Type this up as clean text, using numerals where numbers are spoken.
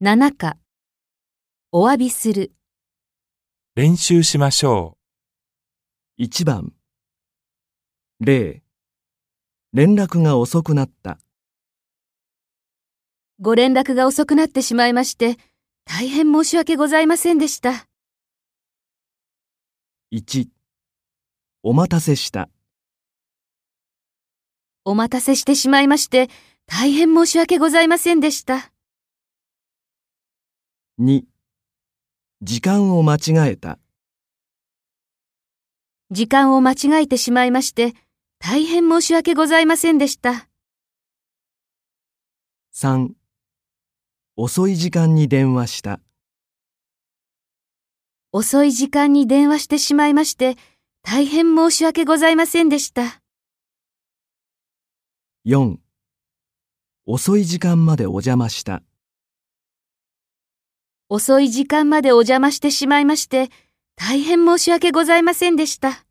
7課、お詫びする。 練習しましょ 1番。0、連絡が遅くなった。 ご連絡が遅くなってしまいまして、大変申し訳ございませんでした。 1、お待たせした。 お待たせしてしまいまして、大変申し訳ございませんでした。 2、時間を間違えた。 時間を間違えてしまいまして、大変申し訳ございませんでした。 3、遅い時間に電話した。 遅い時間に電話してしまいまして、大変申し訳ございませんでした。 4、遅い時間までお邪魔した。 遅い時間までお邪魔してしまいまして、大変申し訳ございませんでした。